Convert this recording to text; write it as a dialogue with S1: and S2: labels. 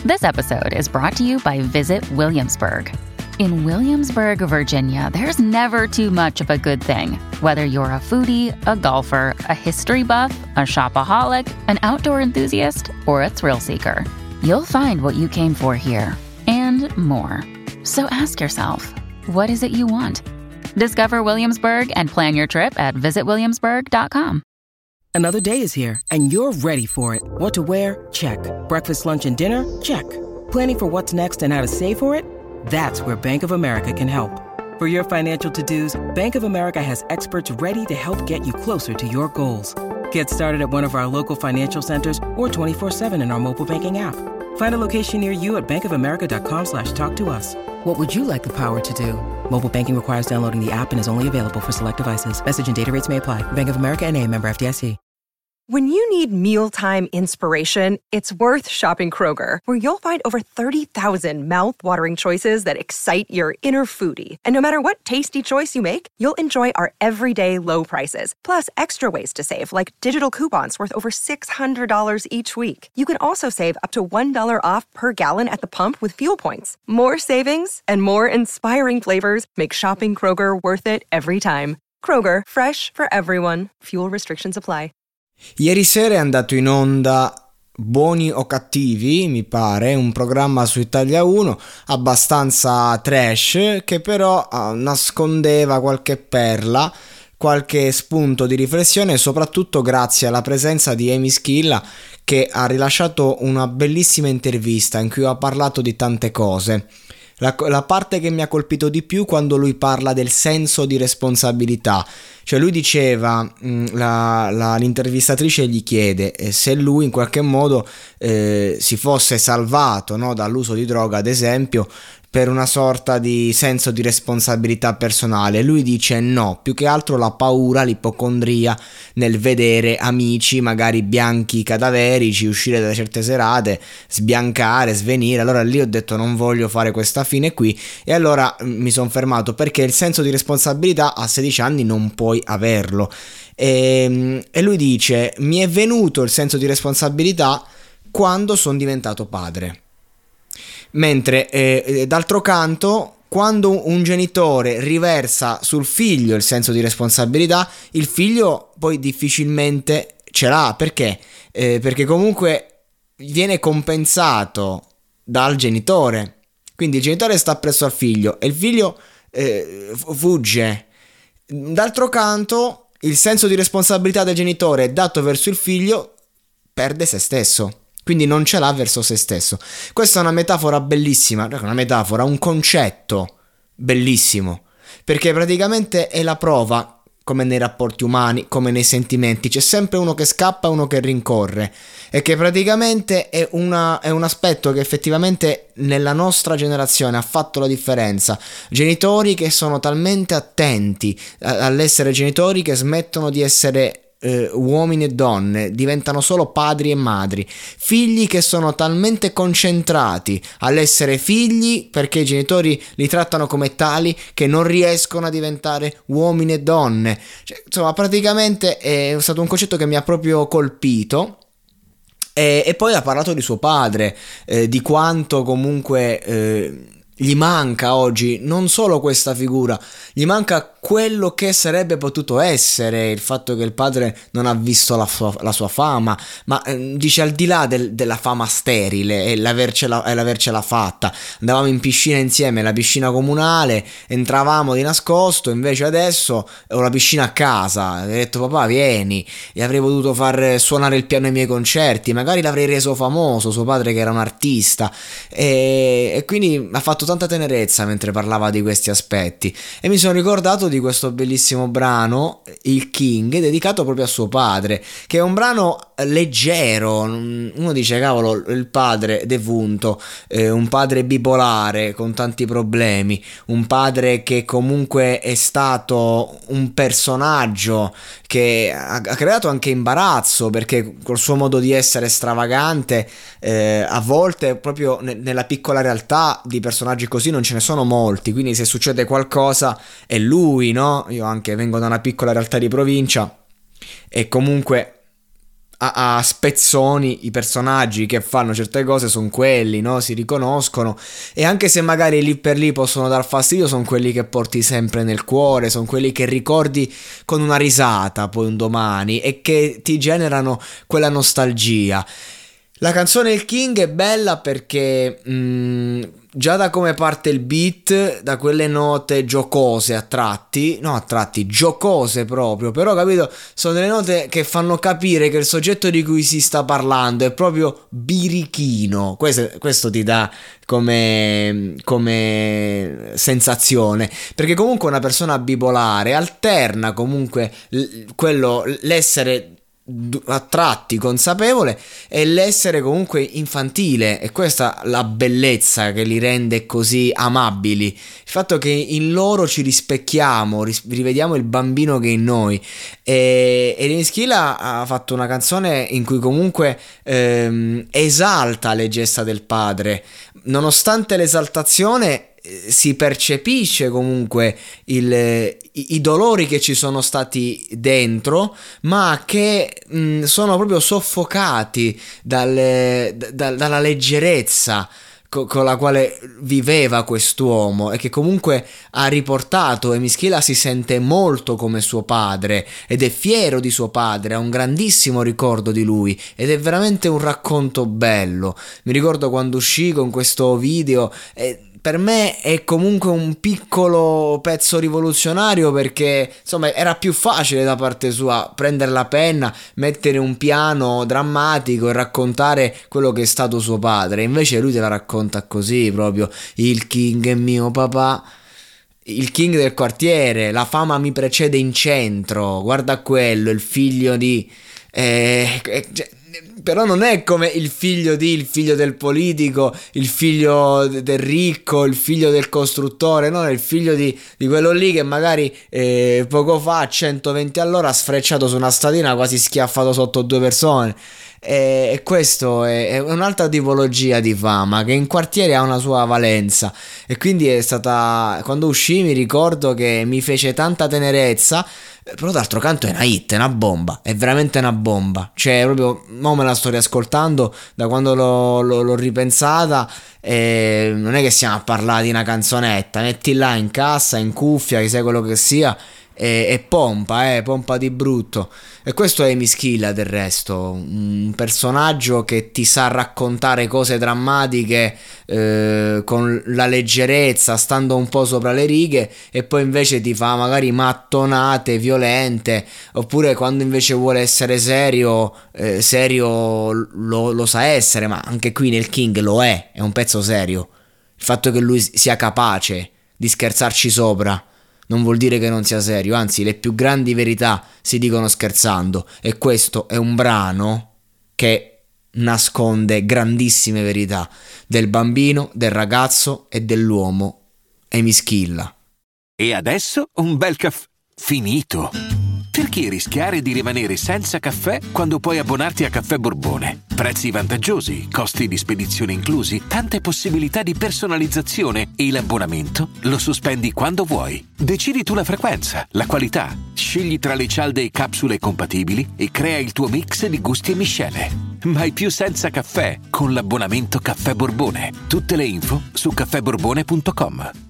S1: This episode is brought to you by Visit Williamsburg. In Williamsburg, Virginia, there's never too much of a good thing. Whether you're a foodie, a golfer, a history buff, a shopaholic, an outdoor enthusiast, or a thrill seeker, you'll find what you came for here and more. So ask yourself, what is it you want? Discover Williamsburg and plan your trip at visitwilliamsburg.com.
S2: Another day is here, and you're ready for it. What to wear? Check. Breakfast, lunch, and dinner? Check. Planning for what's next and how to save for it? That's where Bank of America can help. For your financial to-dos, Bank of America has experts ready to help get you closer to your goals. Get started at one of our local financial centers or 24/7 in our mobile banking app. Find a location near you at bankofamerica.com/talktous. What would you like the power to do? Mobile banking requires downloading the app and is only available for select devices. Message and data rates may apply. Bank of America N.A., member FDIC.
S3: When you need mealtime inspiration, it's worth shopping Kroger, where you'll find over 30,000 mouth-watering choices that excite your inner foodie. And no matter what tasty choice you make, you'll enjoy our everyday low prices, plus extra ways to save, like digital coupons worth over $600 each week. You can also save up to $1 off per gallon at the pump with fuel points. More savings and more inspiring flavors make shopping Kroger worth it every time. Kroger, fresh for everyone. Fuel restrictions apply.
S4: Ieri sera è andato in onda Buoni o Cattivi, mi pare, un programma su Italia 1 abbastanza trash, che però nascondeva qualche perla, qualche spunto di riflessione, soprattutto grazie alla presenza di Amy Schilla, che ha rilasciato una bellissima intervista in cui ha parlato di tante cose. La parte che mi ha colpito di più quando lui parla del senso di responsabilità, cioè lui diceva, l'intervistatrice gli chiede se lui in qualche modo si fosse salvato, no, dall'uso di droga ad esempio, per una sorta di senso di responsabilità personale. Lui dice no, più che altro la paura, l'ipocondria nel vedere amici magari bianchi cadaverici uscire da certe serate, sbiancare, svenire. Allora lì ho detto non voglio fare questa fine qui, e allora mi sono fermato, perché il senso di responsabilità a 16 anni non puoi averlo. E lui dice mi è venuto il senso di responsabilità quando sono diventato padre. Mentre d'altro canto, quando un genitore riversa sul figlio il senso di responsabilità, il figlio poi difficilmente ce l'ha. Perché? Perché comunque viene compensato dal genitore. Quindi il genitore sta presso al figlio e il figlio fugge. D'altro canto, il senso di responsabilità del genitore dato verso il figlio perde se stesso. Quindi non ce l'ha verso se stesso. Questa è una metafora bellissima, un concetto bellissimo, perché praticamente è la prova, come nei rapporti umani, come nei sentimenti, c'è sempre uno che scappa e uno che rincorre, e che praticamente è un aspetto che effettivamente nella nostra generazione ha fatto la differenza. Genitori che sono talmente attenti all'essere genitori che smettono di essere uomini e donne, diventano solo padri e madri. Figli che sono talmente concentrati all'essere figli, perché i genitori li trattano come tali, che non riescono a diventare uomini e donne. Cioè, insomma, praticamente è stato un concetto che mi ha proprio colpito. E poi ha parlato di suo padre, di quanto comunque gli manca oggi non solo questa figura, gli manca quello che sarebbe potuto essere, il fatto che il padre non ha visto la sua fama, ma dice al di là della fama sterile e l'avercela fatta. Andavamo in piscina insieme, la piscina comunale, entravamo di nascosto, invece adesso ho la piscina a casa. Ho detto papà vieni, e avrei potuto far suonare il piano ai miei concerti, magari l'avrei reso famoso, suo padre che era un artista, e quindi ha fatto tanta tenerezza mentre parlava di questi aspetti, e mi sono ricordato di questo bellissimo brano, Il King, dedicato proprio a suo padre, che è un brano leggero. Uno dice cavolo, il padre defunto, un padre bipolare con tanti problemi, un padre che comunque è stato un personaggio che ha creato anche imbarazzo, perché col suo modo di essere stravagante, a volte proprio nella piccola realtà di personaggi così non ce ne sono molti, quindi se succede qualcosa è lui, no? Io anche vengo da una piccola realtà di provincia e comunque a spezzoni i personaggi che fanno certe cose sono quelli, no? Si riconoscono, e anche se magari lì per lì possono dar fastidio, sono quelli che porti sempre nel cuore, sono quelli che ricordi con una risata poi un domani e che ti generano quella nostalgia. La canzone Il King è bella perché già da come parte il beat, da quelle note giocose a tratti, giocose proprio, però capito, sono delle note che fanno capire che il soggetto di cui si sta parlando è proprio birichino. Questo ti dà come sensazione, perché comunque una persona bipolare alterna comunque l'essere a tratti consapevole e l'essere comunque infantile, e questa la bellezza che li rende così amabili, il fatto che in loro ci rispecchiamo, rivediamo il bambino che è in noi. E Emischila ha fatto una canzone in cui comunque esalta le gesta del padre, nonostante l'esaltazione si percepisce comunque i dolori che ci sono stati dentro, ma che sono proprio soffocati dalla leggerezza con la quale viveva quest'uomo, e che comunque ha riportato. Emischila si sente molto come suo padre ed è fiero di suo padre, ha un grandissimo ricordo di lui, ed è veramente un racconto bello. Mi ricordo quando uscì con questo video, per me è comunque un piccolo pezzo rivoluzionario, perché insomma era più facile da parte sua prendere la penna, mettere un piano drammatico e raccontare quello che è stato suo padre. Invece lui te la racconta così proprio: il King è mio papà, il King del quartiere, la fama mi precede in centro, guarda quello, il figlio di... però non è come il figlio del politico, il figlio del ricco, il figlio del costruttore, no, è il figlio di quello lì che magari poco fa a 120 all'ora ha sfrecciato su una stradina, quasi schiaffato sotto 2 persone. E questo è un'altra tipologia di fama che in quartiere ha una sua valenza, e quindi è stata, quando uscì mi ricordo che mi fece tanta tenerezza, però d'altro canto è una hit, è una bomba, è veramente una bomba, cioè proprio mo me la sto riascoltando da quando l'ho ripensata, e non è che stiamo a parlare di una canzonetta, metti là in cassa, in cuffia, che sai quello che sia, e pompa di brutto. E questo è Emischila, del resto, un personaggio che ti sa raccontare cose drammatiche con la leggerezza, stando un po' sopra le righe, e poi invece ti fa magari mattonate violente, oppure quando invece vuole essere serio lo sa essere, ma anche qui nel King lo è un pezzo serio. Il fatto che lui sia capace di scherzarci sopra non vuol dire che non sia serio, anzi le più grandi verità si dicono scherzando, e questo è un brano che nasconde grandissime verità del bambino, del ragazzo e dell'uomo Emischilla.
S5: E adesso un bel caffè finito. Perché rischiare di rimanere senza caffè quando puoi abbonarti a Caffè Borbone? Prezzi vantaggiosi, costi di spedizione inclusi, tante possibilità di personalizzazione, e l'abbonamento lo sospendi quando vuoi. Decidi tu la frequenza, la qualità, scegli tra le cialde e capsule compatibili e crea il tuo mix di gusti e miscele. Mai più senza caffè con l'abbonamento Caffè Borbone. Tutte le info su caffèborbone.com.